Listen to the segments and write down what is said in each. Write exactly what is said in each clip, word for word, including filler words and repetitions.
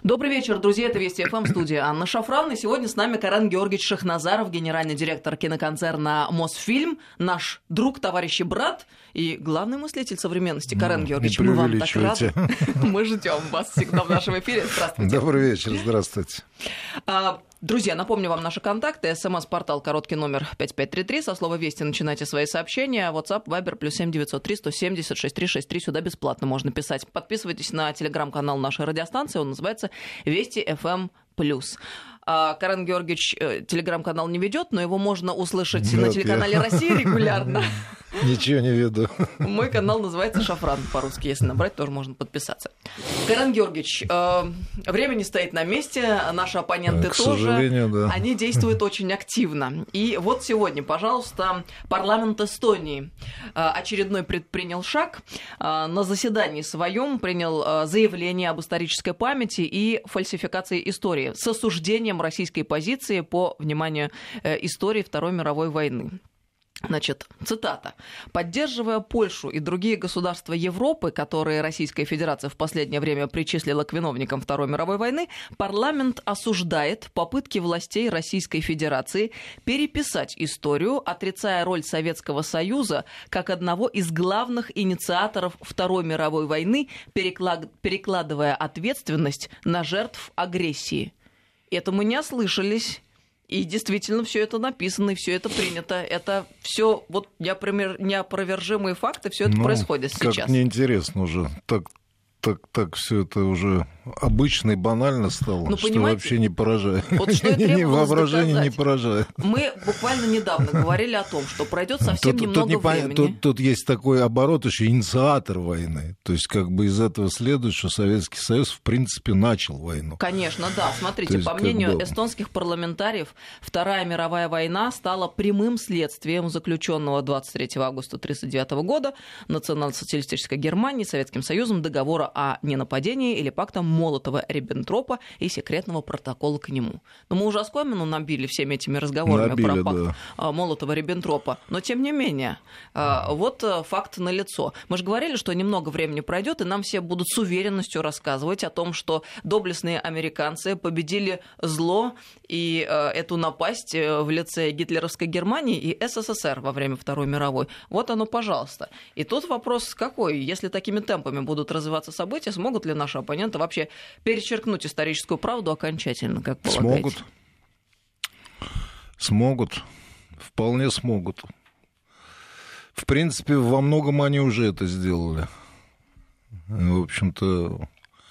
Добрый вечер, друзья. Это Вести ФМ, студия Анна Шафран. И сегодня с нами Карен Георгиевич Шахназаров, генеральный директор киноконцерна «Мосфильм», наш друг, товарищ и брат, и главный мыслитель современности. Карен ну, Георгиевич, мы вам так рады. Мы ждем вас всегда в нашем эфире. Здравствуйте. Добрый вечер, здравствуйте. Друзья, напомню вам наши контакты. СМС-портал короткий номер пять пять три три. Со слова «Вести» начинайте свои сообщения. WhatsApp, Viber, плюс семь девятьсот три сто семьдесят шестьдесят три шестьдесят три. Сюда бесплатно можно писать. Подписывайтесь на телеграм-канал нашей радиостанции. Он называется «Вести ФМ плюс». Карен Георгиевич телеграм-канал не ведет, но его можно услышать Нет, на телеканале я... «Россия» регулярно. Ничего не веду. Мой канал называется «Шафран» по-русски. Если набрать, тоже можно подписаться. Карен Георгиевич, э, время не стоит на месте. Наши оппоненты К тоже. Да. Они действуют очень активно. И вот сегодня, пожалуйста, парламент Эстонии очередной предпринял шаг. На заседании своем принял заявление об исторической памяти и фальсификации истории с осуждением российской позиции по, вниманию, истории Второй мировой войны. Значит, цитата. «Поддерживая Польшу и другие государства Европы, которые Российская Федерация в последнее время причислила к виновникам Второй мировой войны, парламент осуждает попытки властей Российской Федерации переписать историю, отрицая роль Советского Союза как одного из главных инициаторов Второй мировой войны, переклад... перекладывая ответственность на жертв агрессии». Это мы не ослышались. И действительно, все это написано, и все это принято. Это все вот неопровержимые факты, все это ну, происходит сейчас. Как неинтересно уже. Так, так, так все это уже обычно и банально стало, ну, что вообще не поражает. Вот что и требовалось воображение доказать. Не поражает. Мы буквально недавно говорили о том, что пройдет совсем тут, немного тут не времени. Тут, тут есть такой оборот еще инициатор войны. То есть как бы из этого следует, что Советский Союз в принципе начал войну. Конечно, да. Смотрите, есть, по мнению бы... эстонских парламентариев, Вторая мировая война стала прямым следствием заключенного двадцать третьего августа тысяча девятьсот тридцать девятого года национал-социалистической Германии Советским Союзом договора о ненападении или пактом Молотова-Риббентропа и секретного протокола к нему. Но мы уже оскомину набили всеми этими разговорами набили, про пакт да. Молотова-Риббентропа. Но, тем не менее, вот факт налицо. Мы же говорили, что немного времени пройдет, и нам все будут с уверенностью рассказывать о том, что доблестные американцы победили зло и эту напасть в лице гитлеровской Германии и СССР во время Второй мировой. Вот оно, пожалуйста. И тут вопрос какой? Если такими темпами будут развиваться события, смогут ли наши оппоненты вообще перечеркнуть историческую правду окончательно, как полагаете? Смогут. Смогут. Вполне смогут. В принципе, во многом они уже это сделали. В общем-то,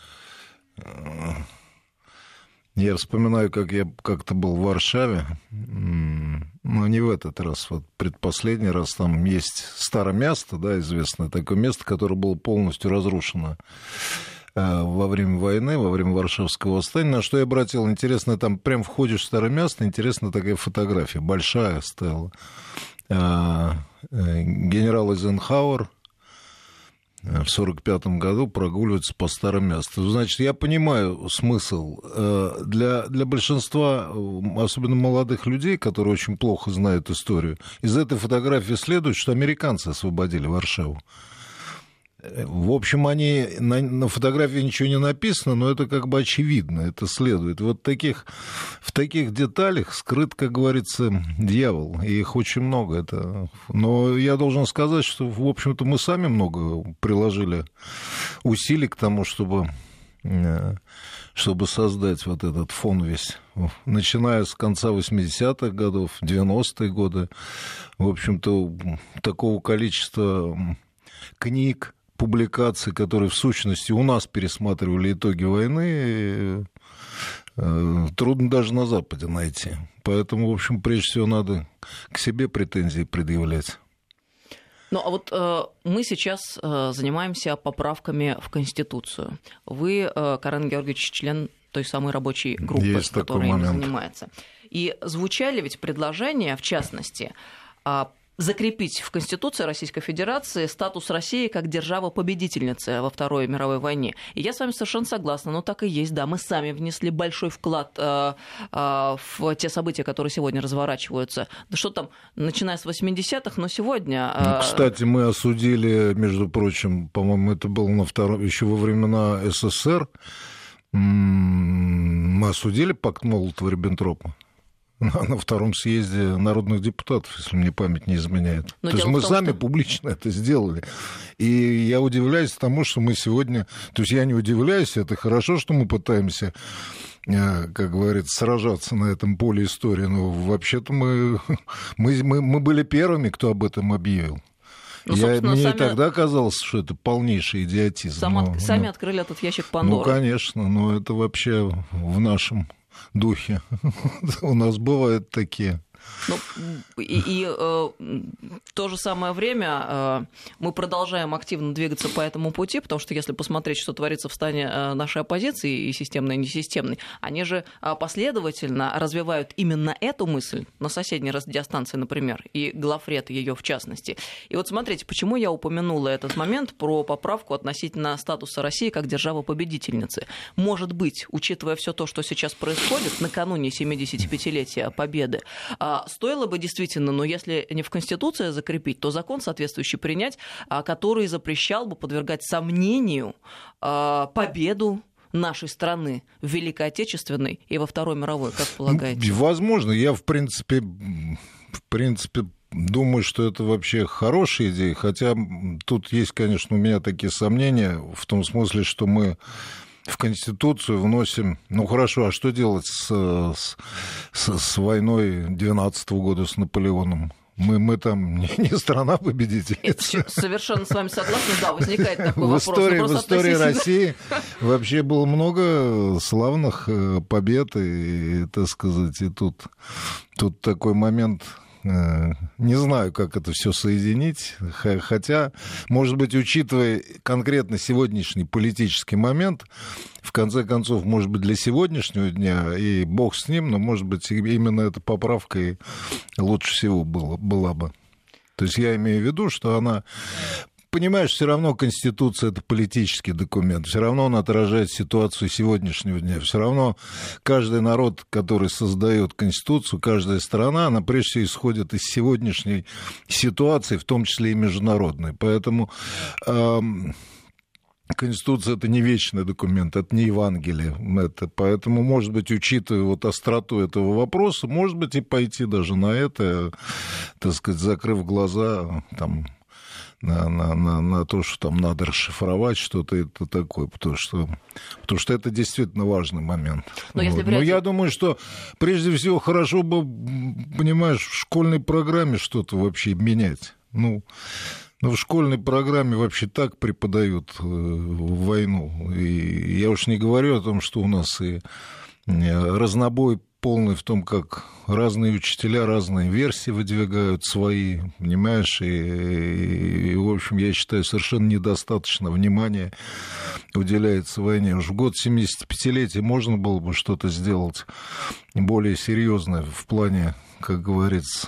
я вспоминаю, как я как-то был в Варшаве, но не в этот раз, вот предпоследний раз. Там есть Старомясто, да, известное такое место, которое было полностью разрушено во время войны, во время Варшавского восстания. На что я обратил, интересно, там прям входишь в Старомясто, интересная такая фотография, большая стояла. Генерал Эйзенхауэр в сорок пятом году прогуливается по Старомясту. Значит, я понимаю смысл. Для, для большинства, особенно молодых людей, которые очень плохо знают историю, из этой фотографии следует, что американцы освободили Варшаву. В общем, они, на, на фотографии ничего не написано, но это как бы очевидно, это следует. Вот таких, в таких деталях скрыт, как говорится, дьявол, и их очень много. Это... Но я должен сказать, что, в общем-то, мы сами много приложили усилий к тому, чтобы, чтобы создать вот этот фон весь. Начиная с конца восьмидесятых годов, девяностые годы, в общем-то, такого количества книг, публикаций, которые в сущности у нас пересматривали итоги войны, трудно даже на Западе найти. Поэтому, в общем, прежде всего надо к себе претензии предъявлять. Ну, а вот э, мы сейчас э, занимаемся поправками в Конституцию. Вы, э, Карен Георгиевич, член той самой рабочей группы, Есть которая такой им момент. занимается. И звучали ведь предложения, в частности, э, закрепить в Конституции Российской Федерации статус России как державы-победительницы во Второй мировой войне. И я с вами совершенно согласна, но так и есть, да, мы сами внесли большой вклад э, э, в те события, которые сегодня разворачиваются. Да что там, начиная с восьмидесятых, но сегодня... Э... Ну, кстати, мы осудили, между прочим, по-моему, это было на втором, еще во времена СССР, Мы осудили пакт Молотова-Риббентропа на втором съезде народных депутатов, если мне память не изменяет. Но то есть мы том, сами что... публично это сделали. И я удивляюсь тому, что мы сегодня... То есть я не удивляюсь, это хорошо, что мы пытаемся, как говорится, сражаться на этом поле истории, но вообще-то мы, мы, мы, мы были первыми, кто об этом объявил. Ну, Я, мне сами... тогда казалось, что это полнейший идиотизм. Сам, но, сами но... открыли этот ящик Пандоры. Ну, конечно, но это вообще в нашем духе. У нас бывают такие. Ну, и, и э, в то же самое время э, мы продолжаем активно двигаться по этому пути, потому что если посмотреть, что творится в стане э, нашей оппозиции, и системной, и несистемной, они же э, последовательно развивают именно эту мысль на соседней радиостанции, например, и главред ее в частности. И вот смотрите, почему я упомянула этот момент про поправку относительно статуса России как державы-победительницы. Может быть, учитывая все то, что сейчас происходит накануне семидесятипятилетия Победы, стоило бы действительно, но если не в Конституции закрепить, то закон соответствующий принять, который запрещал бы подвергать сомнению победу нашей страны в Великой Отечественной и во Второй мировой, как полагаете? Возможно. Я, в принципе, в принципе, думаю, что это вообще хорошая идея, хотя тут есть, конечно, у меня такие сомнения в том смысле, что мы в Конституцию вносим... Ну, хорошо, а что делать с, с, с войной двенадцатого года с Наполеоном? Мы, мы там не, не страна-победительница. Совершенно с вами согласна, да, возникает такой в вопрос. Истории, в истории относительно... России вообще было много славных побед, и, так сказать, и тут, тут такой момент... Не знаю, как это все соединить, хотя, может быть, учитывая конкретно сегодняшний политический момент, в конце концов, может быть, для сегодняшнего дня, и бог с ним, но, может быть, именно эта поправка и лучше всего была, была бы. То есть я имею в виду, что она... Понимаешь, все равно Конституция — это политический документ, все равно он отражает ситуацию сегодняшнего дня, все равно каждый народ, который создает Конституцию, каждая страна, она прежде всего исходит из сегодняшней ситуации, в том числе и международной. Поэтому э, Конституция — это не вечный документ, это не Евангелие. Это, поэтому, может быть, учитывая вот остроту этого вопроса, может быть, и пойти даже на это, так сказать, закрыв глаза, там... На, на, на, на то, что там надо расшифровать что-то это такое, потому что, потому что это действительно важный момент. Но, вот. если Но я думаю, что прежде всего хорошо бы, понимаешь, в школьной программе что-то вообще менять. Ну, ну, в школьной программе вообще так преподают э, войну. И я уж не говорю о том, что у нас и разнобой полный в том, как разные учителя разные версии выдвигают свои, понимаешь, и, и, и в общем, я считаю, совершенно недостаточно внимания уделяется войне. Уж в год семидесятипятилетия можно было бы что-то сделать более серьезное в плане, как говорится,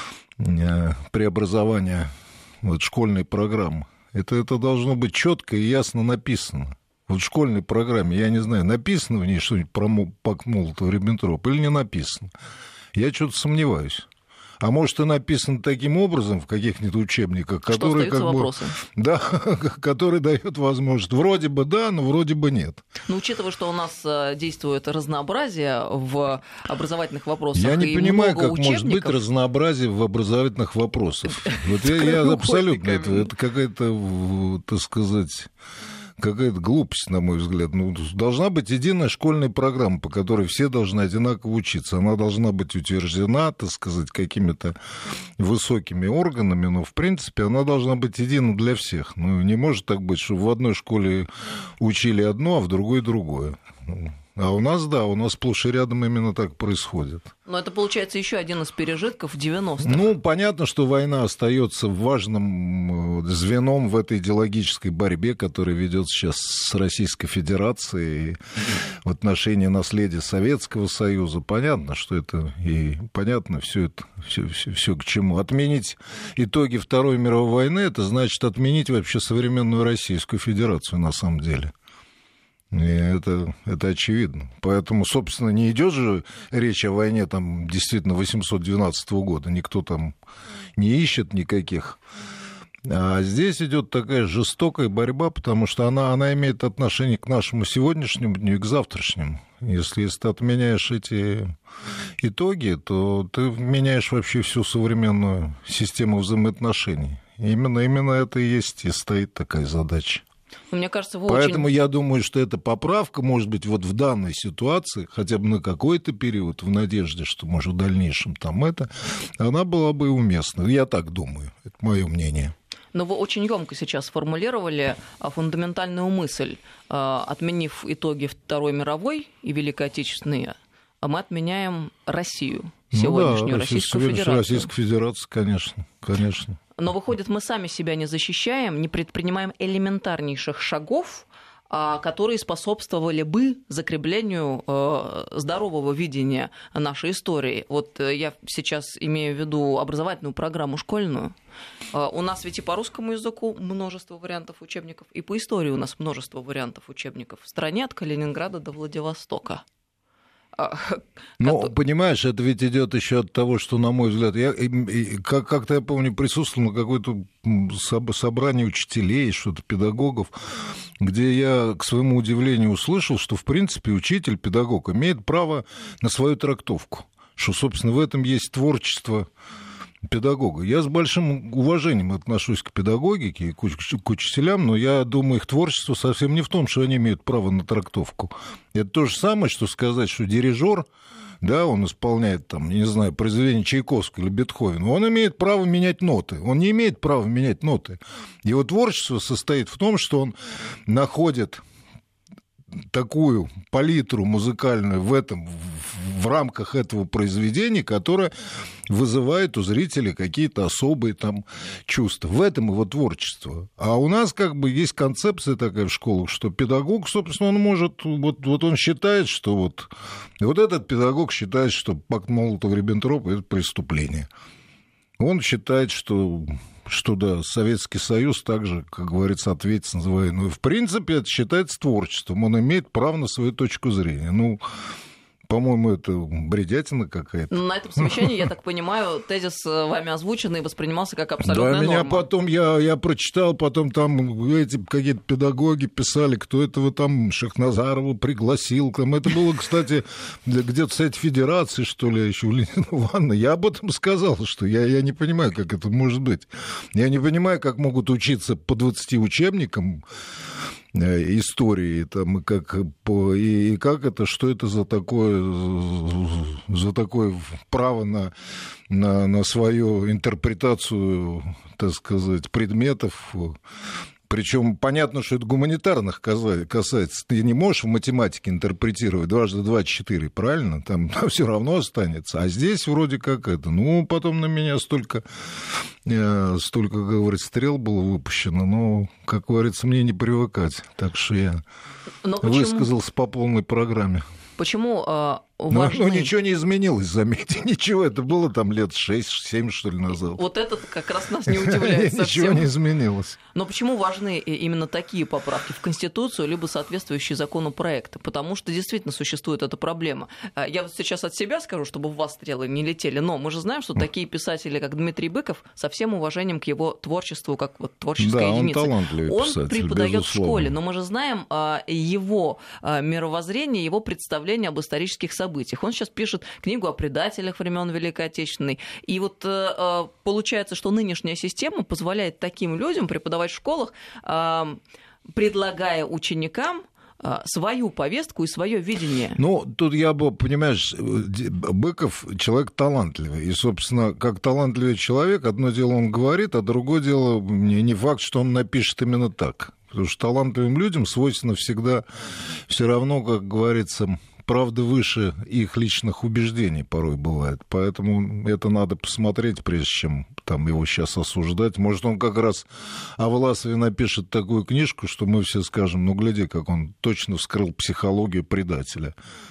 преобразования вот, школьной программы. Это, это должно быть четко и ясно написано. Вот в школьной программе, я не знаю, написано в ней что-нибудь про пакт Молотова-Риббентропа или не написано. Я что-то сомневаюсь. А может, и написано таким образом в каких-нибудь учебниках, которые как бы, да, который дает возможность. Вроде бы да, но вроде бы нет. Но учитывая, что у нас действует разнообразие в образовательных вопросах, я не и понимаю, много как учебников... может быть разнообразие в образовательных вопросах. Вот я, я абсолютно это, это какая-то, так сказать. Какая-то глупость, на мой взгляд. Ну, должна быть единая школьная программа, по которой все должны одинаково учиться. Она должна быть утверждена, так сказать, какими-то высокими органами, но, в принципе, она должна быть едина для всех. Ну, не может так быть, что в одной школе учили одно, а в другой другое. А у нас, да, у нас сплошь и рядом именно так происходит. Но это, получается, еще один из пережитков девяностых. Ну, понятно, что война остается важным звеном в этой идеологической борьбе, которая ведет сейчас с Российской Федерацией в отношении наследия Советского Союза. Понятно, что это и понятно все это, все, все, все к чему. Отменить итоги Второй мировой войны, это значит отменить вообще современную Российскую Федерацию на самом деле. И это, это очевидно. Поэтому, собственно, не идет же речь о войне там, действительно восемьсот двенадцатого года. Никто там не ищет никаких А здесь идет такая жестокая борьба, потому что она, она имеет отношение к нашему сегодняшнему дню и к завтрашнему. Если, если ты отменяешь эти итоги, то ты меняешь вообще всю современную систему взаимоотношений. Именно, именно это и есть и стоит такая задача. Мне кажется, вы Поэтому очень... я думаю, что эта поправка, может быть, вот в данной ситуации, хотя бы на какой-то период, в надежде, что, может, в дальнейшем там это, она была бы уместна. Я так думаю, это мое мнение. Но вы очень емко сейчас сформулировали фундаментальную мысль. Отменив итоги Второй мировой и Великой Отечественной, мы отменяем Россию, сегодняшнюю ну да, Российскую Российскую Федерацию. Российскую Федерацию, конечно, конечно. Но, выходит, мы сами себя не защищаем, не предпринимаем элементарнейших шагов, которые способствовали бы закреплению здорового видения нашей истории. Вот я сейчас имею в виду образовательную программу школьную. У нас ведь и по русскому языку множество вариантов учебников, и по истории у нас множество вариантов учебников. В стране от Калининграда до Владивостока. Ну, понимаешь, это ведь идет еще от того, что, на мой взгляд, я как- как-то, я помню, присутствовал на какой-то собрании учителей, что-то педагогов, где я, к своему удивлению, услышал, что, в принципе, учитель, педагог имеет право на свою трактовку, что, собственно, в этом есть творчество педагога. Я с большим уважением отношусь к педагогике и к учителям, но я думаю, их творчество совсем не в том, что они имеют право на трактовку. Это то же самое, что сказать, что дирижер, да, он исполняет, там, не знаю, произведение Чайковского или Бетховена, он имеет право менять ноты. Он не имеет права менять ноты. Его творчество состоит в том, что он находит такую палитру музыкальную в этом, в рамках этого произведения, которое вызывает у зрителя какие-то особые там чувства. В этом его творчество. А у нас как бы есть концепция такая в школах, что педагог, собственно, он может, вот, вот он считает, что вот, вот этот педагог считает, что пакт Молотова-Риббентропа — это преступление. Он считает, что... что, да, Советский Союз также, как говорится, ответственен за войну. И, в принципе, это считается творчеством. Он имеет право на свою точку зрения. Ну, по-моему, это бредятина какая-то. На этом совещании, я так понимаю, тезис вами озвученный воспринимался как абсолютная норма. Да, меня норма. потом, я, я прочитал, потом там эти какие-то педагоги писали, кто этого там Шахназарова пригласил. Там это было, кстати, где-то Совет Федерации, что ли, еще у Ленина Ивановна. Я об этом сказал, что я, я не понимаю, как это может быть. Я не понимаю, как могут учиться по двадцати учебникам истории, там, и, как, по, и, и как это, что это за такое, за такое право на, на, на свою интерпретацию, так сказать, предметов. Причем понятно, что это гуманитарных касается. Ты не можешь в математике интерпретировать дважды два — четыре, правильно? Там, там все равно останется. А здесь вроде как это. Ну, потом на меня столько, э, столько, как говорится, стрел было выпущено. Но, как говорится, мне не привыкать. Так что я высказался по полной программе. Почему э, важны... Ну, ну, ничего не изменилось, заметьте, ничего. Это было там лет шесть-семь, что ли, назад. Вот это как раз нас не удивляет совсем. Ничего не изменилось. Но почему важны именно такие поправки в Конституцию, либо соответствующие законопроекты? Потому что действительно существует эта проблема. Я вот сейчас от себя скажу, чтобы в вас стрелы не летели, но мы же знаем, что такие писатели, как Дмитрий Быков, со всем уважением к его творчеству, как вот творческой да, единице. Он талантливый он писатель, преподает в школе, но мы же знаем его мировоззрение, его представление об исторических событиях. Он сейчас пишет книгу о предателях времен Великой Отечественной. И вот э, получается, что нынешняя система позволяет таким людям преподавать в школах, э, предлагая ученикам э, свою повестку и свое видение. Ну, тут я бы, понимаешь, Быков человек талантливый. И, собственно, как талантливый человек, одно дело он говорит, а другое дело не факт, что он напишет именно так. Потому что талантливым людям свойственно всегда все равно, как говорится, правда выше их личных убеждений порой бывает. Поэтому это надо посмотреть, прежде чем там его сейчас осуждать. Может, он как раз о Власове напишет такую книжку, что мы все скажем, ну, гляди, как он точно вскрыл психологию предателя.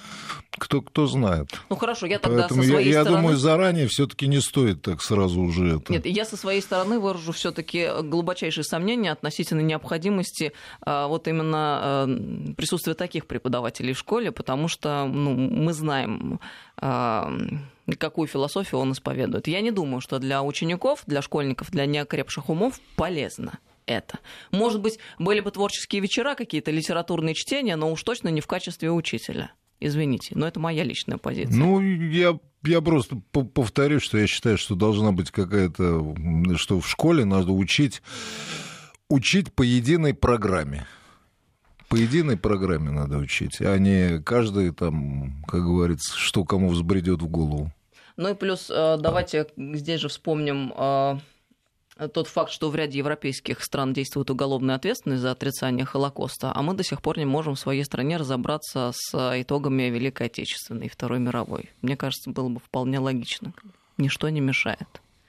Кто, кто знает. Ну хорошо, я тогда Поэтому со своей я, я стороны... думаю, заранее все-таки не стоит так сразу уже это. Нет, я со своей стороны выражу все-таки глубочайшие сомнения относительно необходимости а, вот именно а, присутствия таких преподавателей в школе, потому что ну, мы знаем, а, какую философию он исповедует. Я не думаю, что для учеников, для школьников, для неокрепших умов полезно это. Может быть, были бы творческие вечера, какие-то литературные чтения, но уж точно не в качестве учителя. Извините, но это моя личная позиция. Ну, я, я просто повторю, что я считаю, что должна быть какая-то... Что в школе надо учить, учить по единой программе. По единой программе надо учить, а не каждый там, как говорится, что кому взбредет в голову. Ну и плюс давайте здесь же вспомним... тот факт, что в ряде европейских стран действует уголовная ответственность за отрицание Холокоста, а мы до сих пор не можем в своей стране разобраться с итогами Великой Отечественной и Второй мировой. Мне кажется, было бы вполне логично. Ничто не мешает.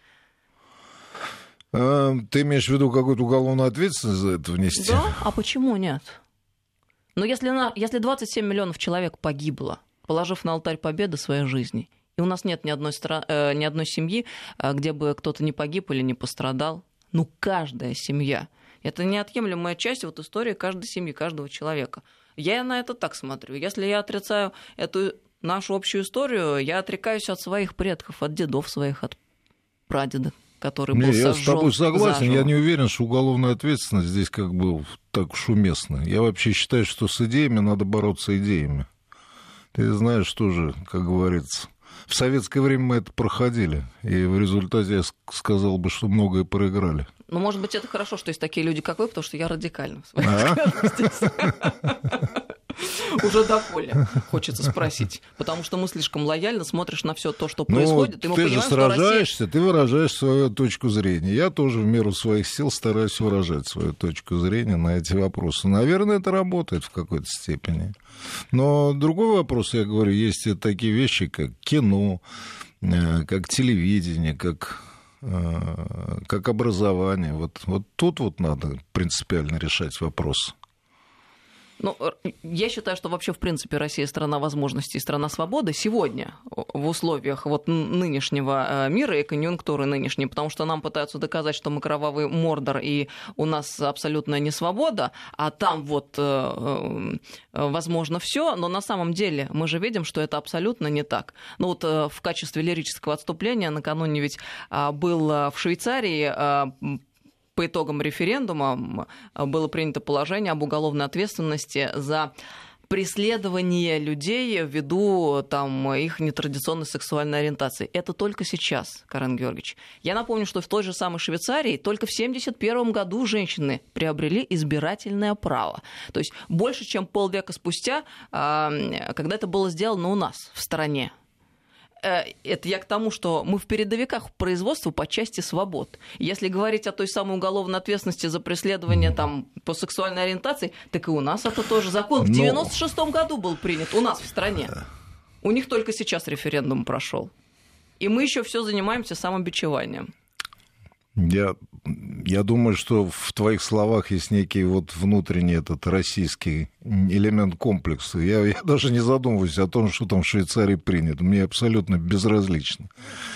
А, ты имеешь в виду какую-то уголовную ответственность за это внести? Да, а почему нет? Но если, на, если двадцать семь миллионов человек погибло, положив на алтарь победы своей жизни, и у нас нет ни одной, стра... э, ни одной семьи, где бы кто-то не погиб или не пострадал. Ну, каждая семья. Это неотъемлемая часть вот истории каждой семьи, каждого человека. Я на это так смотрю. Если я отрицаю эту нашу общую историю, я отрекаюсь от своих предков, от дедов своих, от прадеда, который был не, сожжён. Я с тобой согласен. заживо. Я не уверен, что уголовная ответственность здесь как бы так уж уместна. Я вообще считаю, что с идеями надо бороться идеями. Ты знаешь, тоже, как говорится... В советское время мы это проходили, и в результате я сказал бы, что многое проиграли. Ну, может быть, это хорошо, что есть такие люди, как вы, потому что я радикальна в своих взглядах. Уже доколе, хочется спросить. Потому что мы слишком лояльно смотришь на все то, что происходит, и мы ты понимаем, же что Россия... сражаешься, ты выражаешь свою точку зрения. Я тоже в меру своих сил стараюсь выражать свою точку зрения на эти вопросы. Наверное, это работает в какой-то степени. Но другой вопрос, я говорю, есть такие вещи, как кино, как телевидение, как... как образование. Вот, вот тут вот надо принципиально решать вопрос. Ну, я считаю, что вообще, в принципе, Россия страна возможностей, страна свободы сегодня в условиях вот нынешнего мира и конъюнктуры нынешней, потому что нам пытаются доказать, что мы кровавый Мордор и у нас абсолютная несвобода, а там вот возможно все, но на самом деле мы же видим, что это абсолютно не так. Ну вот в качестве лирического отступления накануне ведь был в Швейцарии по итогам референдума было принято положение об уголовной ответственности за преследование людей ввиду там, их нетрадиционной сексуальной ориентации. Это только сейчас, Карен Георгиевич. Я напомню, что в той же самой Швейцарии только в семьдесят первом году женщины приобрели избирательное право. То есть больше, чем полвека спустя, когда это было сделано у нас в стране. Это я к тому, что мы в передовиках производства по части свобод. Если говорить о той самой уголовной ответственности за преследование там, по сексуальной ориентации, так и у нас это тоже закон. В девяносто шестом году был принят у нас в стране. У них только сейчас референдум прошел. И мы еще все занимаемся самобичеванием. Я, я думаю, что в твоих словах есть некий вот внутренний этот российский элемент комплекса. Я, я даже не задумываюсь о том, что там в Швейцарии принято. Мне абсолютно безразлично.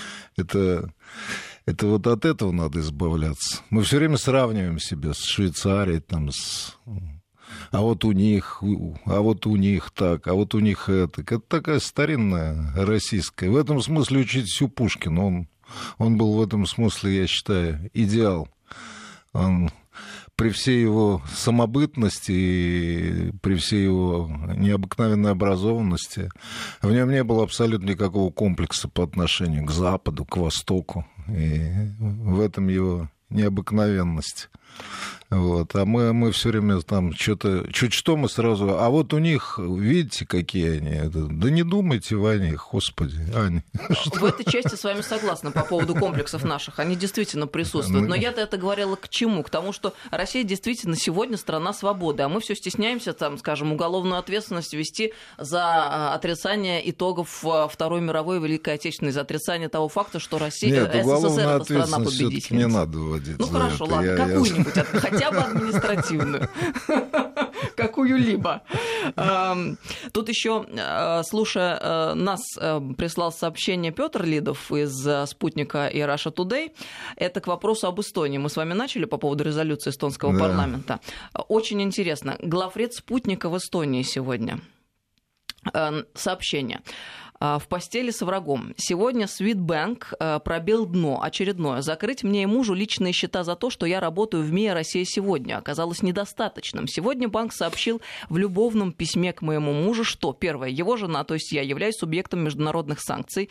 Это, это вот от этого надо избавляться. Мы все время сравниваем себя с Швейцарией, там, с... а вот у них, а вот у них так, а вот у них это. Это такая старинная российская. В этом смысле учить у Пушкина. Он... Он был в этом смысле, я считаю, идеал. Он, при всей его самобытности и при всей его необыкновенной образованности, в нем не было абсолютно никакого комплекса по отношению к Западу, к Востоку. И в этом его необыкновенность. Вот. А мы, мы все время там что-то... Чуть что мы сразу... А вот у них, видите, какие они... Да не думайте вы о них, господи, Аня. В этой части с вами согласна по поводу комплексов наших. Они действительно присутствуют. Но я-то это говорила к чему? К тому, что Россия действительно сегодня страна свободы, а мы все стесняемся, там, скажем, уголовную ответственность вести за отрицание итогов Второй мировой Великой Отечественной, за отрицание того факта, что Россия, Нет, СССР — это страна победительница. Не надо вводить. Ну хорошо, это. ладно, я, какую-нибудь, я... хотя бы административную. какую-либо. Тут еще, слушая нас, прислал сообщение Петр Лидов из «Спутника» и Russia Today. Это к вопросу об Эстонии. Мы с вами начали по поводу резолюции эстонского да. парламента. Очень интересно. Главред «Спутника» в Эстонии сегодня. Сообщение. В постели с врагом. Сегодня Свитбэнк пробил дно очередное. Закрыть мне и мужу личные счета за то, что я работаю в МИА «Россия сегодня», оказалось недостаточным. Сегодня банк сообщил в любовном письме к моему мужу, что, первое, его жена, то есть я, являюсь субъектом международных санкций.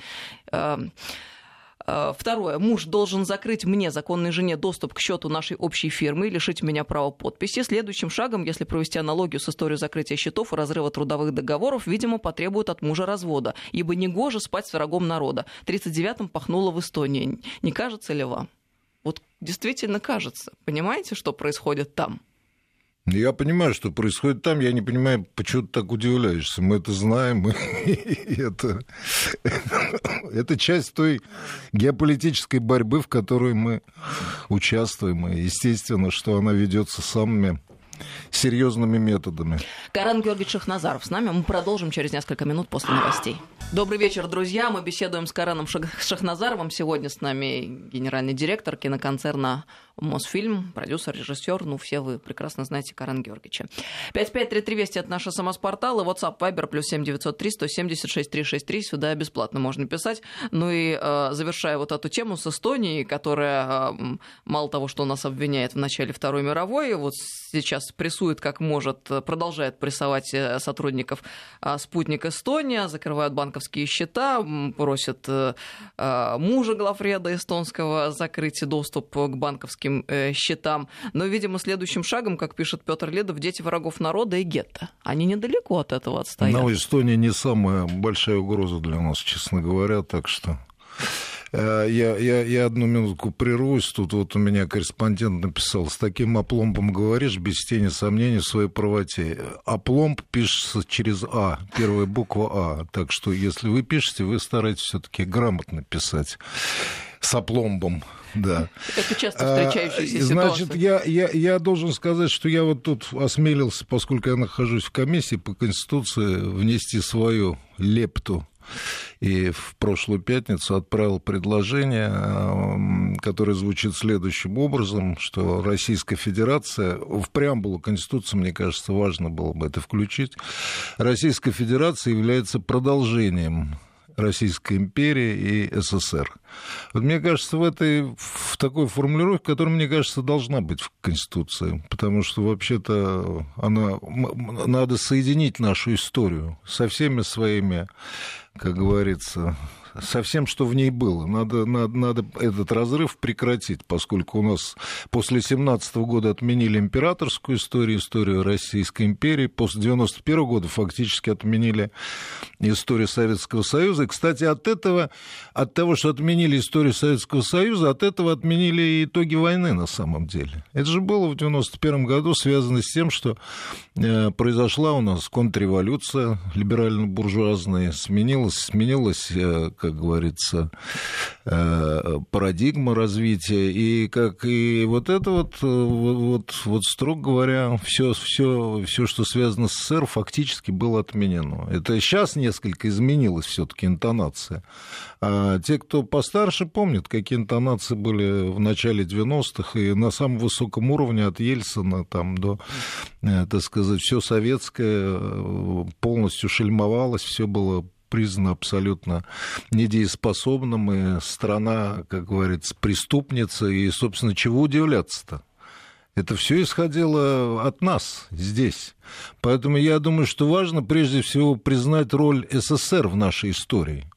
Второе. Муж должен закрыть мне, законной жене, доступ к счету нашей общей фирмы и лишить меня права подписи. Следующим шагом, если провести аналогию с историей закрытия счетов и разрыва трудовых договоров, видимо, потребуют от мужа развода, ибо негоже спать с врагом народа. В тридцать девятом пахнуло в Эстонии. Не кажется ли вам? Вот действительно кажется. Понимаете, что происходит там? Я понимаю, что происходит там, я не понимаю, почему ты так удивляешься. Мы это знаем, это, это часть той геополитической борьбы, в которой мы участвуем. И естественно, что она ведется самыми серьезными методами. Карен Георгиевич Шахназаров с нами. Мы продолжим через несколько минут после новостей. Добрый вечер, друзья. Мы беседуем с Кареном Шахназаровым. Сегодня с нами генеральный директор киноконцерна «Мосфильм», продюсер, режиссер. Ну, все вы прекрасно знаете Карена Георгиевича. пять пять три три Вести — это наш СМС-портал. И WhatsApp, Viber, плюс семь девятьсот три сто семьдесят шесть триста шестьдесят три. Сюда бесплатно можно писать. Ну и э, завершая вот эту тему с Эстонией, которая э, мало того, что нас обвиняет в начале Второй мировой, вот сейчас прессует как может, продолжает прессовать сотрудников «Спутник Эстония», закрывают банковские счета, просят мужа главреда эстонского закрыть доступ к банковским счетам. Но, видимо, следующим шагом, как пишет Петр Лидов, дети врагов народа и гетто. Они недалеко от этого отстоят. Но Эстония не самая большая угроза для нас, честно говоря, так что... Я, я, я одну минутку прервусь. Тут вот у меня корреспондент написал: с таким опломбом говоришь, без тени сомнений в своей правоте. Опломб пишется через А, первая буква А. Так что, если вы пишете, вы стараетесь все-таки грамотно писать с опломбом. Да. Это часто встречающаяся ситуация. Значит, я, я, я должен сказать, что я вот тут осмелился, поскольку я нахожусь в комиссии по Конституции, внести свою лепту. И в прошлую пятницу отправил предложение, которое звучит следующим образом, что Российская Федерация, в преамбулу Конституции, мне кажется, важно было бы это включить, Российская Федерация является продолжением Российской империи и СССР. Вот мне кажется, в этой, в такой формулировке, которая, мне кажется, должна быть в Конституции, потому что, вообще-то, она, надо соединить нашу историю со всеми своими, как говорится, со всем, что в ней было. Надо, надо, надо этот разрыв прекратить, поскольку у нас после семнадцатого года отменили императорскую историю, историю Российской империи, после девяносто первого года фактически отменили историю Советского Союза. И, кстати, от этого, от того, что отменили историю Советского Союза, от этого отменили и итоги войны на самом деле. Это же было в девяносто первом году связано с тем, что э, произошла у нас контрреволюция либерально-буржуазная, сменилась, сменилась э, как говорится, парадигма развития. И как и вот это вот, вот, вот строго говоря, все, все, все, что связано с СССР, фактически было отменено. Это сейчас несколько изменилась все-таки интонация. А те, кто постарше, помнят, какие интонации были в начале девяностых и на самом высоком уровне от Ельцина там, до, так сказать, все советское полностью шельмовалось, все было признано абсолютно недееспособным, и страна, как говорится, преступница, и, собственно, чего удивляться-то? Это все исходило от нас здесь. Поэтому я думаю, что важно прежде всего признать роль СССР в нашей истории.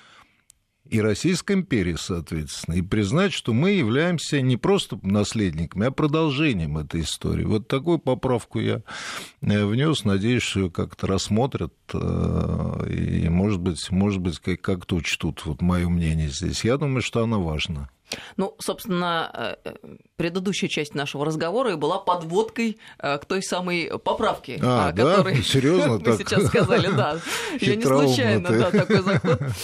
И Российской империи, соответственно, и признать, что мы являемся не просто наследниками, а продолжением этой истории. Вот такую поправку я внес, надеюсь, что ее как-то рассмотрят, и, может быть, может быть, как-то учтут вот мое мнение здесь. Я думаю, что она важна. Ну, собственно, предыдущая часть нашего разговора и была подводкой к той самой поправке, а, о которой да? Серьезно, мы так? Сейчас сказали. Да, я не случайно да, такой заход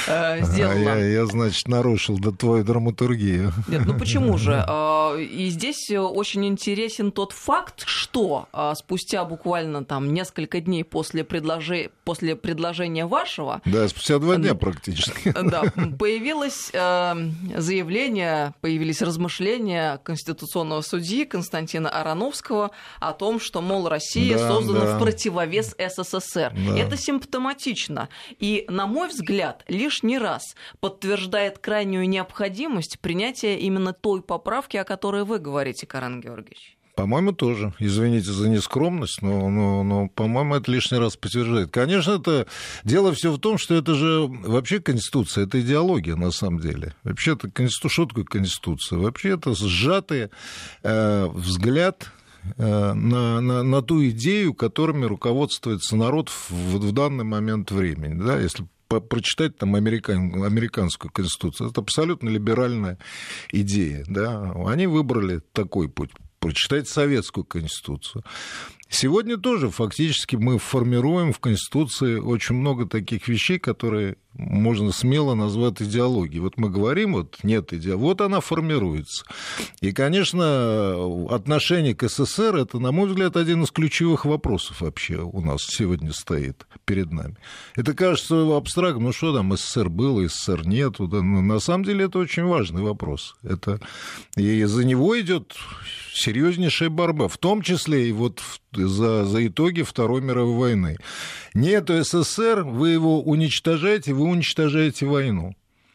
э, сделано. А я, я, значит, нарушил да, твою драматургию. Нет, ну почему же? И здесь очень интересен тот факт, что спустя буквально там несколько дней после, предложи... после предложения вашего... Да, спустя два дня практически. Да, появилось заявление, появились размышления конституционного судьи Константина Ароновского о том, что, мол, Россия да, создана да. в противовес СССР. Да. Это симптоматично. И, на мой взгляд, лишний раз подтверждает крайнюю необходимость принятия именно той поправки, о которой вы говорите, Карен Георгиевич. По-моему, тоже. Извините за нескромность, но, но, но, по-моему, это лишний раз подтверждает. Конечно, это дело все в том, что это же вообще Конституция, это идеология на самом деле. Вообще это Конституция, что такое Конституция? Вообще это сжатый э, взгляд э, на, на, на ту идею, которыми руководствуется народ в, в данный момент времени. Да? Если прочитать там американ, американскую конституцию, это абсолютно либеральная идея. Да? Они выбрали такой путь. Прочитать советскую конституцию. Сегодня тоже фактически мы формируем в Конституции очень много таких вещей, которые можно смело назвать идеологией. Вот мы говорим, вот нет идеологии, вот она формируется. И, конечно, отношение к СССР, это, на мой взгляд, один из ключевых вопросов вообще у нас сегодня стоит перед нами. Это кажется абстрактным, ну что там, СССР было, СССР нету. Да, но на самом деле это очень важный вопрос. Это... И за него идет серьезнейшая борьба, в том числе и вот за, за итоги Второй мировой войны. Нету СССР, вы его уничтожаете, вы уничтожаете войну.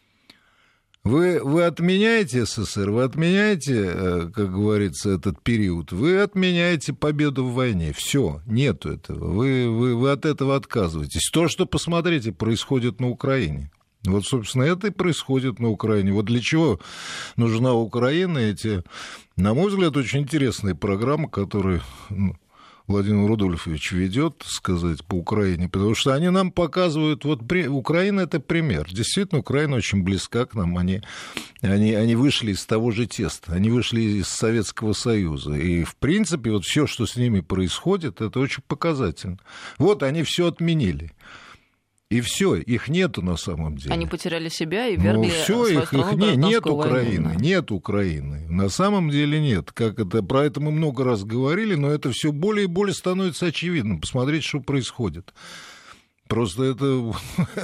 Вы, вы отменяете СССР, вы отменяете, как говорится, этот период, вы отменяете победу в войне. Все, нету этого. Вы, вы, вы от этого отказываетесь. То, что, посмотрите, происходит на Украине. Вот, собственно, это и происходит на Украине. Вот для чего нужна Украина, эти, на мой взгляд, очень интересные программы, которые Владимир Рудольфович ведет, так сказать, по Украине, потому что они нам показывают, вот Украина — это пример. Действительно, Украина очень близка к нам, они, они, они вышли из того же теста, они вышли из Советского Союза, и, в принципе, вот все, что с ними происходит, это очень показательно. Вот они все отменили. И все, их нету на самом деле. Они потеряли себя и вергли ну, всё, свою их, страну их в не, нет войну, Украины, да. нет Украины. На самом деле нет. Как это, про это мы много раз говорили, но это все более и более становится очевидным. Посмотрите, что происходит. Просто это...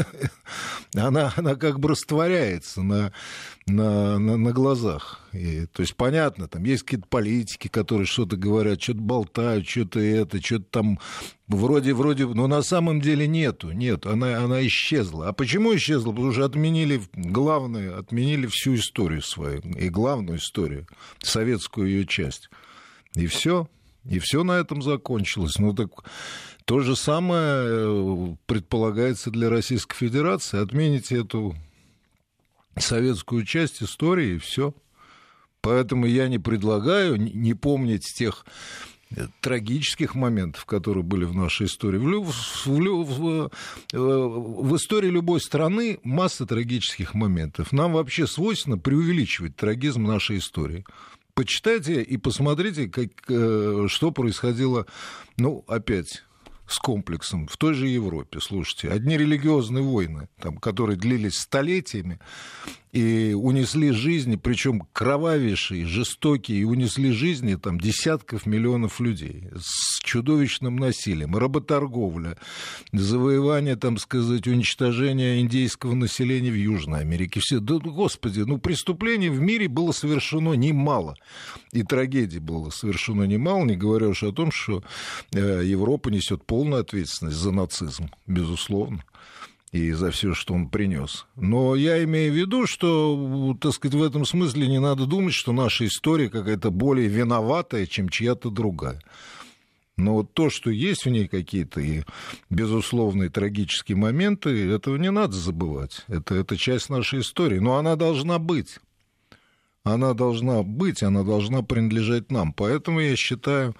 она, она как бы растворяется на, на, на, на глазах. И, то есть, понятно, там есть какие-то политики, которые что-то говорят, что-то болтают, что-то это, что-то там вроде, вроде... Но на самом деле нету, нет, она, она исчезла. А почему исчезла? Потому что отменили главное, отменили всю историю свою, и главную историю, советскую ее часть. И все. И все на этом закончилось. Ну, так то же самое предполагается для Российской Федерации. Отмените эту советскую часть истории, и все. Поэтому я не предлагаю не помнить тех трагических моментов, которые были в нашей истории. В, в, в, в истории любой страны масса трагических моментов. Нам вообще свойственно преувеличивать трагизм нашей истории. Почитайте и посмотрите, как, что происходило, ну, опять, с комплексом в той же Европе. Слушайте, одни религиозные войны, там, которые длились столетиями, и унесли жизни, причем кровавейшие, жестокие, и унесли жизни там, десятков миллионов людей с чудовищным насилием, работорговля, завоевание, там сказать, уничтожение индейского населения в Южной Америке. Все, да, господи, ну преступлений в мире было совершено немало, и трагедий было совершено немало, не говоря уж о том, что Европа несет полную ответственность за нацизм, безусловно, и за все, что он принес. Но я имею в виду, что, так сказать, в этом смысле не надо думать, что наша история какая-то более виноватая, чем чья-то другая. Но вот то, что есть в ней какие-то и безусловные трагические моменты, этого не надо забывать. Это, это часть нашей истории. Но она должна быть. Она должна быть, она должна принадлежать нам. Поэтому я считаю,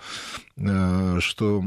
что,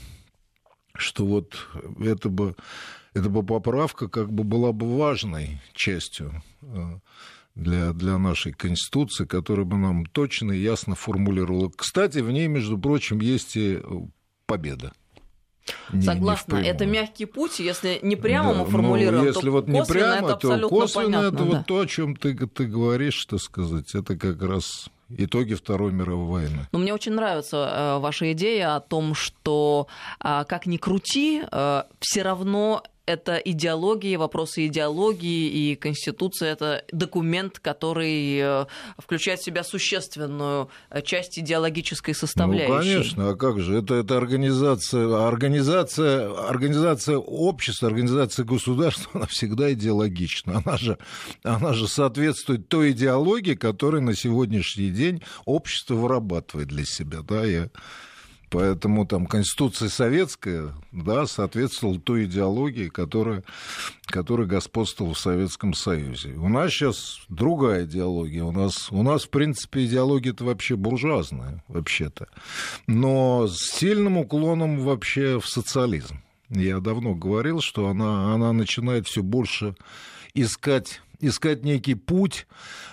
что вот это бы... Эта бы поправка как бы была бы важной частью для, для нашей Конституции, которая бы нам точно и ясно формулировала. Кстати, в ней, между прочим, есть и победа. Не, Согласна, не это мягкий путь, если не прямо да, мы формулируем, если то вот не косвенно прямо, это абсолютно то косвенно понятно. Это да. вот то, о чем ты, ты говоришь, так сказать, это как раз итоги Второй мировой войны. Но мне очень нравится э, ваша идея о том, что э, как ни крути, э, все равно это идеология, вопросы идеологии, и Конституция — это документ, который включает в себя существенную часть идеологической составляющей. Ну, конечно, а как же? Это, это организация, организация, организация общества, организация государства, она всегда идеологична. Она же, она же соответствует той идеологии, которую на сегодняшний день общество вырабатывает для себя. Да, я... Поэтому там Конституция советская, да, соответствовала той идеологии, которая, которая господствовала в Советском Союзе. У нас сейчас другая идеология. У нас, у нас в принципе, идеология-то вообще буржуазная, вообще-то. Но с сильным уклоном вообще в социализм. Я давно говорил, что она, она начинает все больше искать, искать некий путь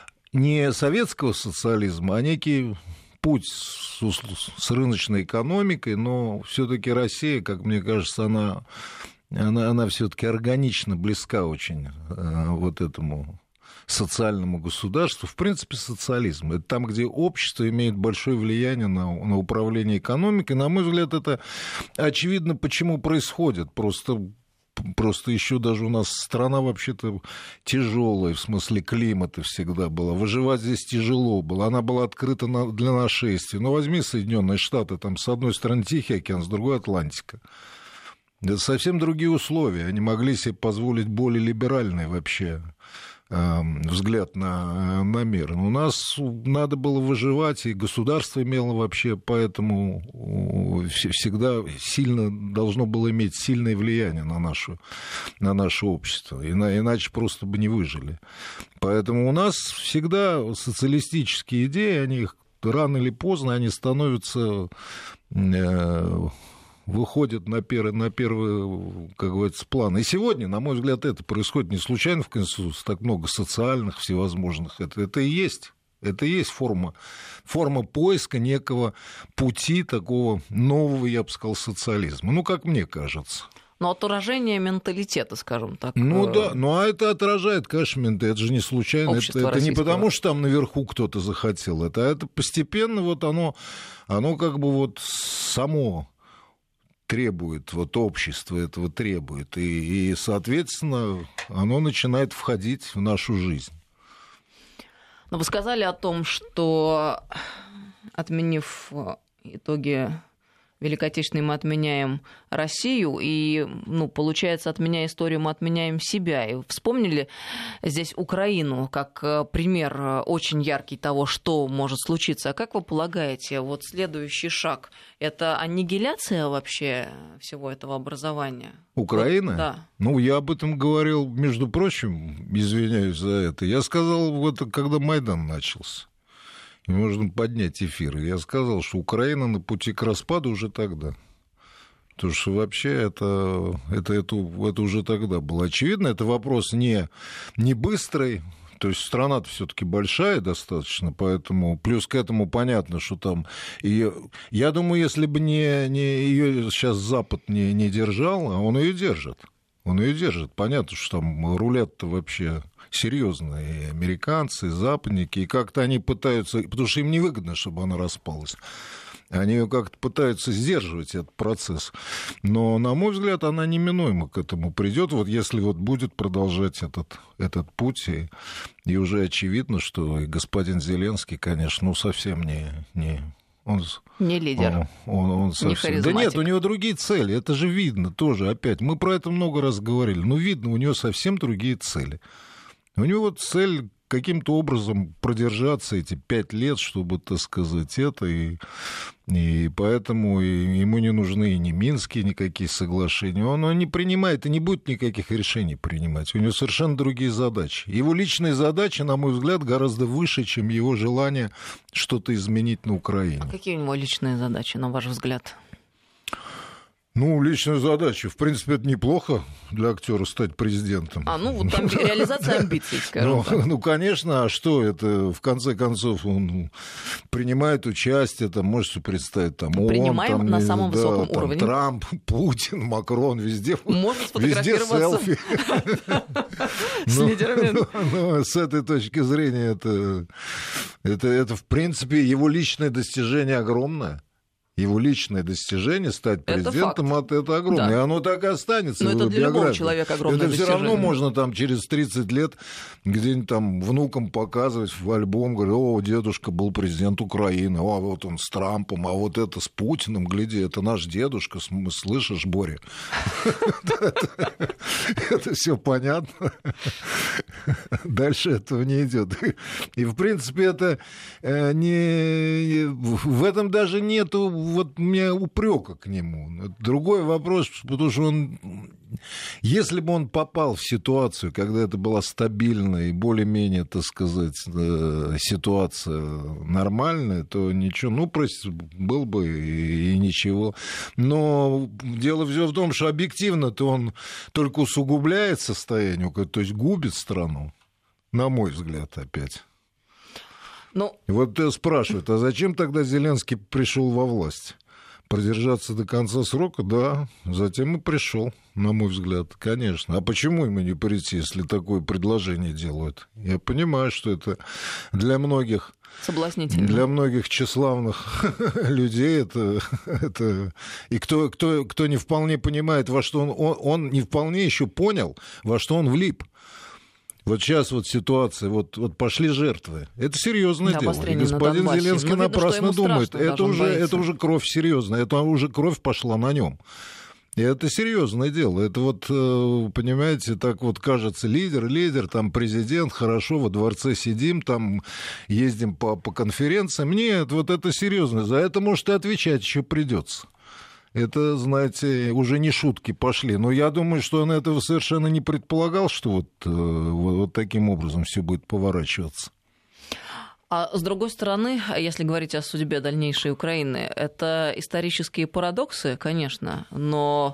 не советского социализма, а некий... путь с, с рыночной экономикой, но все-таки Россия, как мне кажется, она, она, она все-таки органично близка очень э, вот этому социальному государству. В принципе, социализм. Это там, где общество имеет большое влияние на, на управление экономикой. На мой взгляд, это очевидно, почему происходит. Просто Просто еще даже у нас страна вообще-то тяжелая, в смысле климата всегда была. Выживать здесь тяжело было. Она была открыта на, для нашествия. Но возьми Соединенные Штаты, там с одной стороны Тихий океан, с другой Атлантика. Это совсем другие условия. Они могли себе позволить более либеральный вообще взгляд на, на мир. У нас надо было выживать, и государство имело вообще, поэтому всегда сильно должно было иметь сильное влияние на, нашу, на наше общество, иначе просто бы не выжили. Поэтому у нас всегда социалистические идеи, они рано или поздно они становятся... выходят на первый, на первый, как говорится, план. И сегодня, на мой взгляд, это происходит не случайно в Конституции, так много социальных всевозможных. Это, это и есть. Это и есть форма, форма поиска некого пути такого нового, я бы сказал, социализма. Ну, как мне кажется. Но отражение менталитета, скажем так. Ну да, ну а это отражает, конечно, менталитет. Это же не случайно. Это, это не потому, что там наверху кто-то захотел. Это, это постепенно вот оно, оно как бы вот само... требует, вот общество этого требует, и, и, соответственно, оно начинает входить в нашу жизнь. Но вы сказали о том, что, отменив итоги Великой Отечественной, мы отменяем Россию, и, ну, получается, отменяя историю, мы отменяем себя. И вспомнили здесь Украину как пример очень яркий того, что может случиться. А как вы полагаете, вот следующий шаг – это аннигиляция вообще всего этого образования? Украина? Вот, да. Ну, я об этом говорил, между прочим, извиняюсь за это. Я сказал, вот когда Майдан начался. И можно поднять эфир. Я сказал, что Украина на пути к распаду уже тогда. Потому что вообще это, это, это, это уже тогда было очевидно. Это вопрос не, не быстрый. То есть страна-то все-таки большая достаточно, поэтому плюс к этому понятно, что там... И я думаю, если бы не, не ее сейчас Запад не, не держал, а он ее держит. Он ее держит. Понятно, что там рулят-то вообще... серьезные, и американцы, и западники, и как-то они пытаются, потому что им невыгодно, чтобы она распалась, они ее как-то пытаются сдерживать этот процесс, но, на мой взгляд, она неминуемо к этому придет, вот если вот будет продолжать этот, этот путь, и, и уже очевидно, что и господин Зеленский, конечно, ну, совсем не... не Он, не лидер, он, он, он совсем... не харизматик. Да нет, у него другие цели, это же видно тоже, опять, мы про это много раз говорили, но видно, у него совсем другие цели. У него вот цель каким-то образом продержаться эти пять лет, чтобы, так сказать, это, и, и поэтому и ему не нужны ни минские никакие соглашения. Он, он не принимает и не будет никаких решений принимать. У него совершенно другие задачи. Его личные задачи, на мой взгляд, гораздо выше, чем его желание что-то изменить на Украине. А какие у него личные задачи, на ваш взгляд? Ну, личная задача. В принципе, это неплохо для актера стать президентом. А, ну, вот там реализация амбиций, скажем ну, так. Ну, конечно, а что это? В конце концов, он принимает участие, там, можете представить, там, он, Принимаем там, на самом да, высоком там, уровне. Трамп, Путин, Макрон, везде, Можно везде сфотографироваться селфи. с лидерами. Ну, с этой точки зрения, это, это, это, в принципе, его личное достижение огромное. Его личное достижение стать президентом, это, это огромное. Да. И оно так и останется. Но это для биографии. Любого человека огромное это достижение. Это все равно можно там через тридцать лет где-нибудь там внукам показывать в альбом, говорить: о, дедушка был президент Украины, а вот он с Трампом, а вот это с Путиным, гляди, это наш дедушка, слышишь, Боря? Это все понятно. Дальше этого не идет. И, в принципе, это не... В этом даже нету вот у меня упрека к нему. Другой вопрос, потому что он, если бы он попал в ситуацию, когда это была стабильная и более-менее, так сказать, ситуация нормальная, то ничего, ну, просто был бы и, и ничего. Но дело все в том, что объективно-то он только усугубляет состояние, то есть губит страну, на мой взгляд, опять. Ну... Вот спрашивают, а зачем тогда Зеленский пришел во власть? Продержаться до конца срока? Да, затем и пришел, на мой взгляд, конечно. А почему ему не прийти, если такое предложение делают? Я понимаю, что это для многих... Соблазнительно. Для многих тщеславных людей это... это... И кто, кто, кто не вполне понимает, во что он... он... Он не вполне еще понял, во что он влип. Вот сейчас вот ситуация, вот, вот пошли жертвы. Это серьезное да, дело. И господин на Зеленский ну, напрасно видно, думает. Это уже, это уже кровь серьезная, это уже кровь пошла на нем. И это серьезное дело. Это вот, понимаете, так вот кажется, лидер, лидер, там президент, хорошо, во дворце сидим, там ездим по, по конференциям. Нет, вот это серьезно. За это, может, и отвечать еще придется. Это, знаете, уже не шутки пошли. Но я думаю, что он этого совершенно не предполагал, что вот, вот, вот таким образом все будет поворачиваться. А с другой стороны, если говорить о судьбе дальнейшей Украины, это исторические парадоксы, конечно, но...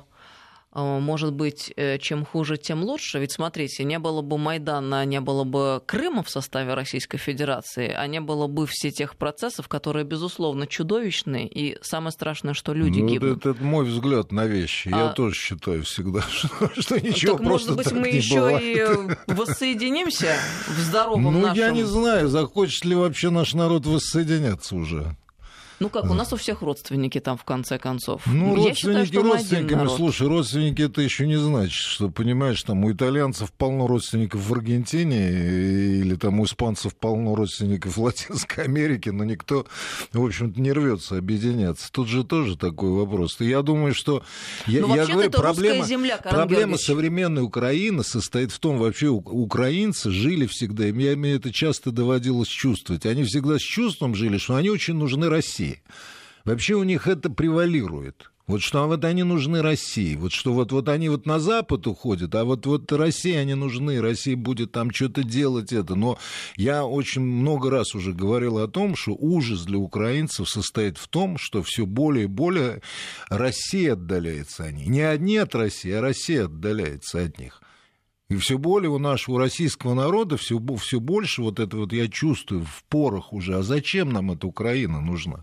Может быть, чем хуже, тем лучше. Ведь, смотрите, не было бы Майдана, не было бы Крыма в составе Российской Федерации, а не было бы всех тех процессов, которые, безусловно, чудовищны, и самое страшное, что люди ну, гибнут. Это, это мой взгляд на вещи. А... Я тоже считаю всегда, что, что ничего так, просто может быть, так мы не еще бывает. И воссоединимся в здоровом ну, нашем... Ну, я не знаю, захочет ли вообще наш народ воссоединяться уже. Ну как, у нас у всех родственники там, в конце концов. Ну, я родственники считаю, родственниками. Слушай, родственники это еще не значит, что, понимаешь, там у итальянцев полно родственников в Аргентине, или там у испанцев полно родственников в Латинской Америке, но никто, в общем-то, не рвется объединяться. Тут же тоже такой вопрос. Я думаю, что... Я, ну, я говорю, это проблема, земля, проблема современной Украины состоит в том, вообще украинцы жили всегда, я мне это часто доводилось чувствовать, они всегда с чувством жили, что они очень нужны России. Вообще у них это превалирует. Вот что вот они нужны России. Вот что вот, вот они вот на Запад уходят, а вот, вот России они нужны. Россия будет там что-то делать это. Но я очень много раз уже говорил о том, что ужас для украинцев состоит в том, что все более и более Россия отдаляется от них. Не одни от России, а Россия отдаляется от них. И все более у нашего российского народа все, все больше вот это вот я чувствую в порах уже. А зачем нам эта Украина нужна?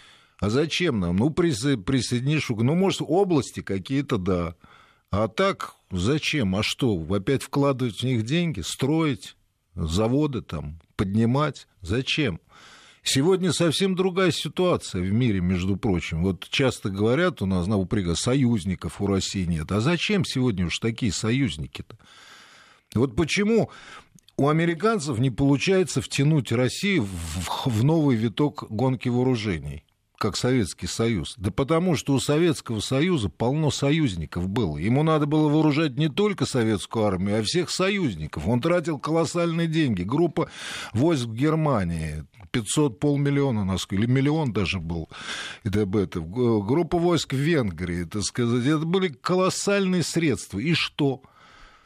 А зачем нам? Ну, присоединишь... Ну, может, области какие-то, да. А так зачем? А что? Опять вкладывать в них деньги? Строить заводы там? Поднимать? Зачем? Сегодня совсем другая ситуация в мире, между прочим. Вот часто говорят у нас на упрека, союзников у России нет. А зачем сегодня уж такие союзники-то? Вот почему у американцев не получается втянуть Россию в, в новый виток гонки вооружений, как Советский Союз? Да потому что у Советского Союза полно союзников было. Ему надо было вооружать не только советскую армию, а всех союзников. Он тратил колоссальные деньги. Группа войск в Германии, пятьсот, полмиллиона, насколько, или миллион даже был. Это, это, группа войск в Венгрии, так сказать, это были колоссальные средства. И что?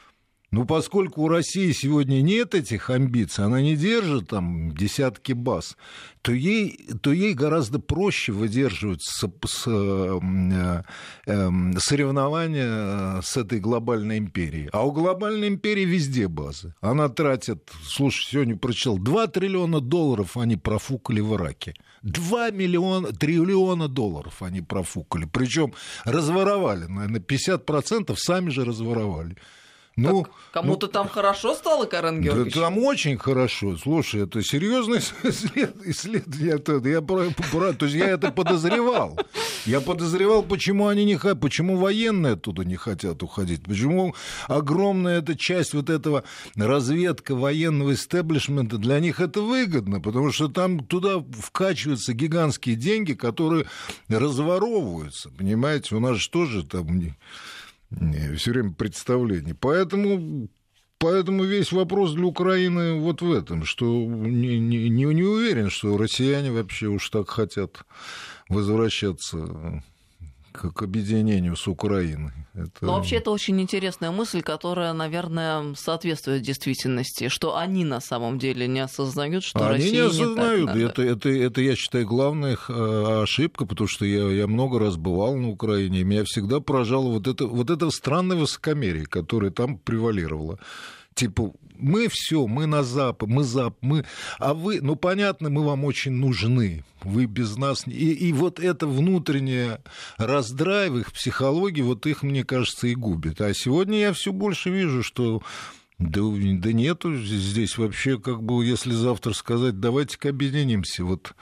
Но поскольку у России сегодня нет этих амбиций, она не держит там десятки баз, то ей, то ей гораздо проще выдерживать с, с, э, э, соревнования с этой глобальной империей. А у глобальной империи везде базы. Она тратит, слушай, сегодня прочитал, два триллиона долларов они профукали в Ираке. два миллиона, триллиона долларов они профукали. Причем разворовали, наверное, пятьдесят процентов сами же разворовали. Ну, кому-то ну, там хорошо стало, Карен Георгиевич? Да, там очень хорошо. Слушай, это серьезное исследование. Я, про, про, то есть я это подозревал. Я подозревал, почему они не хотят, почему военные оттуда не хотят уходить, почему огромная эта часть вот этого разведка военного истеблишмента, для них это выгодно, потому что там туда вкачиваются гигантские деньги, которые разворовываются. Понимаете, у нас же тоже там... все время представление. Поэтому, поэтому весь вопрос для Украины вот в этом, что не, не, не уверен, что россияне вообще уж так хотят возвращаться к объединению с Украиной. Это... Но вообще это очень интересная мысль, которая, наверное, соответствует действительности, что они на самом деле не осознают, что они Россия не осознают. Не так надо. Это, это, это, я считаю, главная ошибка, потому что я, я много раз бывал на Украине, и меня всегда поражало вот это, вот это странное высокомерие, которое там превалировало. Типа, мы все, мы на Запад, мы Запад, мы... А вы, ну, понятно, мы вам очень нужны, вы без нас... И, и вот это внутреннее раздрай в их психологии, вот их, мне кажется, и губит. А сегодня я все больше вижу, что... Да, да нету здесь вообще, как бы, если завтра сказать, давайте-ка объединимся, вот...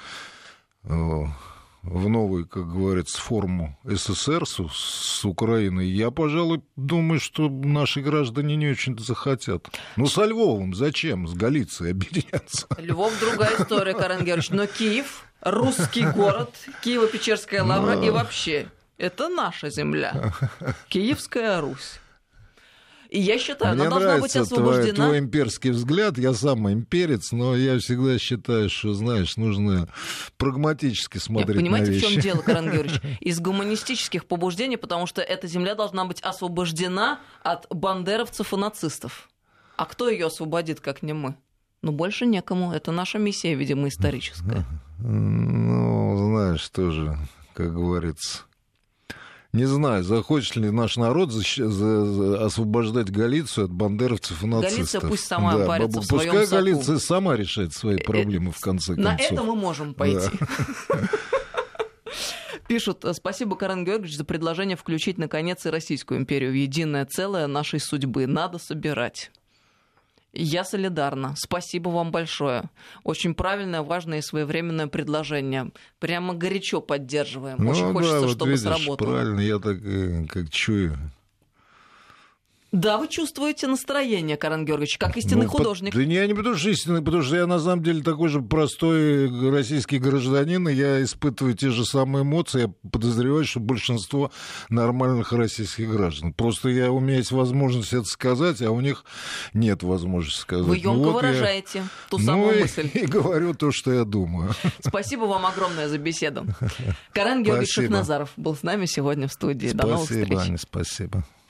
в новую, как говорится, форму СССР с, с Украиной, я, пожалуй, думаю, что наши граждане не очень-то захотят. Ну, со Львовом зачем? С Галицией объединяться. Львов другая история, Карен Георгиевич. Но Киев, русский город, Киево-Печерская лавра но... и вообще, это наша земля. Киевская Русь. И я считаю, Мне она должна быть освобождена. Твой, твой имперский взгляд, я сам имперец, но я всегда считаю, что, знаешь, нужно прагматически смотреть Нет, понимаете, на вещи. в чем дело, Карен Георгиевич? Из гуманистических побуждений, потому что эта земля должна быть освобождена от бандеровцев и нацистов. А кто ее освободит, как не мы? Ну, больше некому. Это наша миссия, видимо, историческая. Ну, знаешь, тоже, как говорится... Не знаю, захочет ли наш народ за, за, за, освобождать Галицию от бандеровцев и нацистов. Галиция пусть сама да, парится бабу, в своем пускай соку. Галиция сама решает свои проблемы, в конце На концов. На это мы можем пойти. Пишут: спасибо, Карен Георгиевич, за предложение включить, наконец, и Российскую империю в единое целое нашей судьбы. Надо собирать. Я солидарна. Спасибо вам большое. Очень правильное, важное и своевременное предложение. Прямо горячо поддерживаем. Ну, очень да, хочется, вот чтобы видишь, сработало. Правильно, я так как чую. Да, вы чувствуете настроение, Карен Георгиевич, как истинный ну, художник. По... Да не, я не потому что истинный, потому что я на самом деле такой же простой российский гражданин, и я испытываю те же самые эмоции. Я подозреваю, что большинство нормальных российских граждан. Просто я, у меня есть возможность это сказать, а у них нет возможности сказать. Вы емко ну, вот выражаете я... ту ну, самую и, мысль. И говорю то, что я думаю. Спасибо вам огромное за беседу. Карен Георгиевич Шахназаров был с нами сегодня в студии. До новых встреч. Спасибо, Аня, спасибо.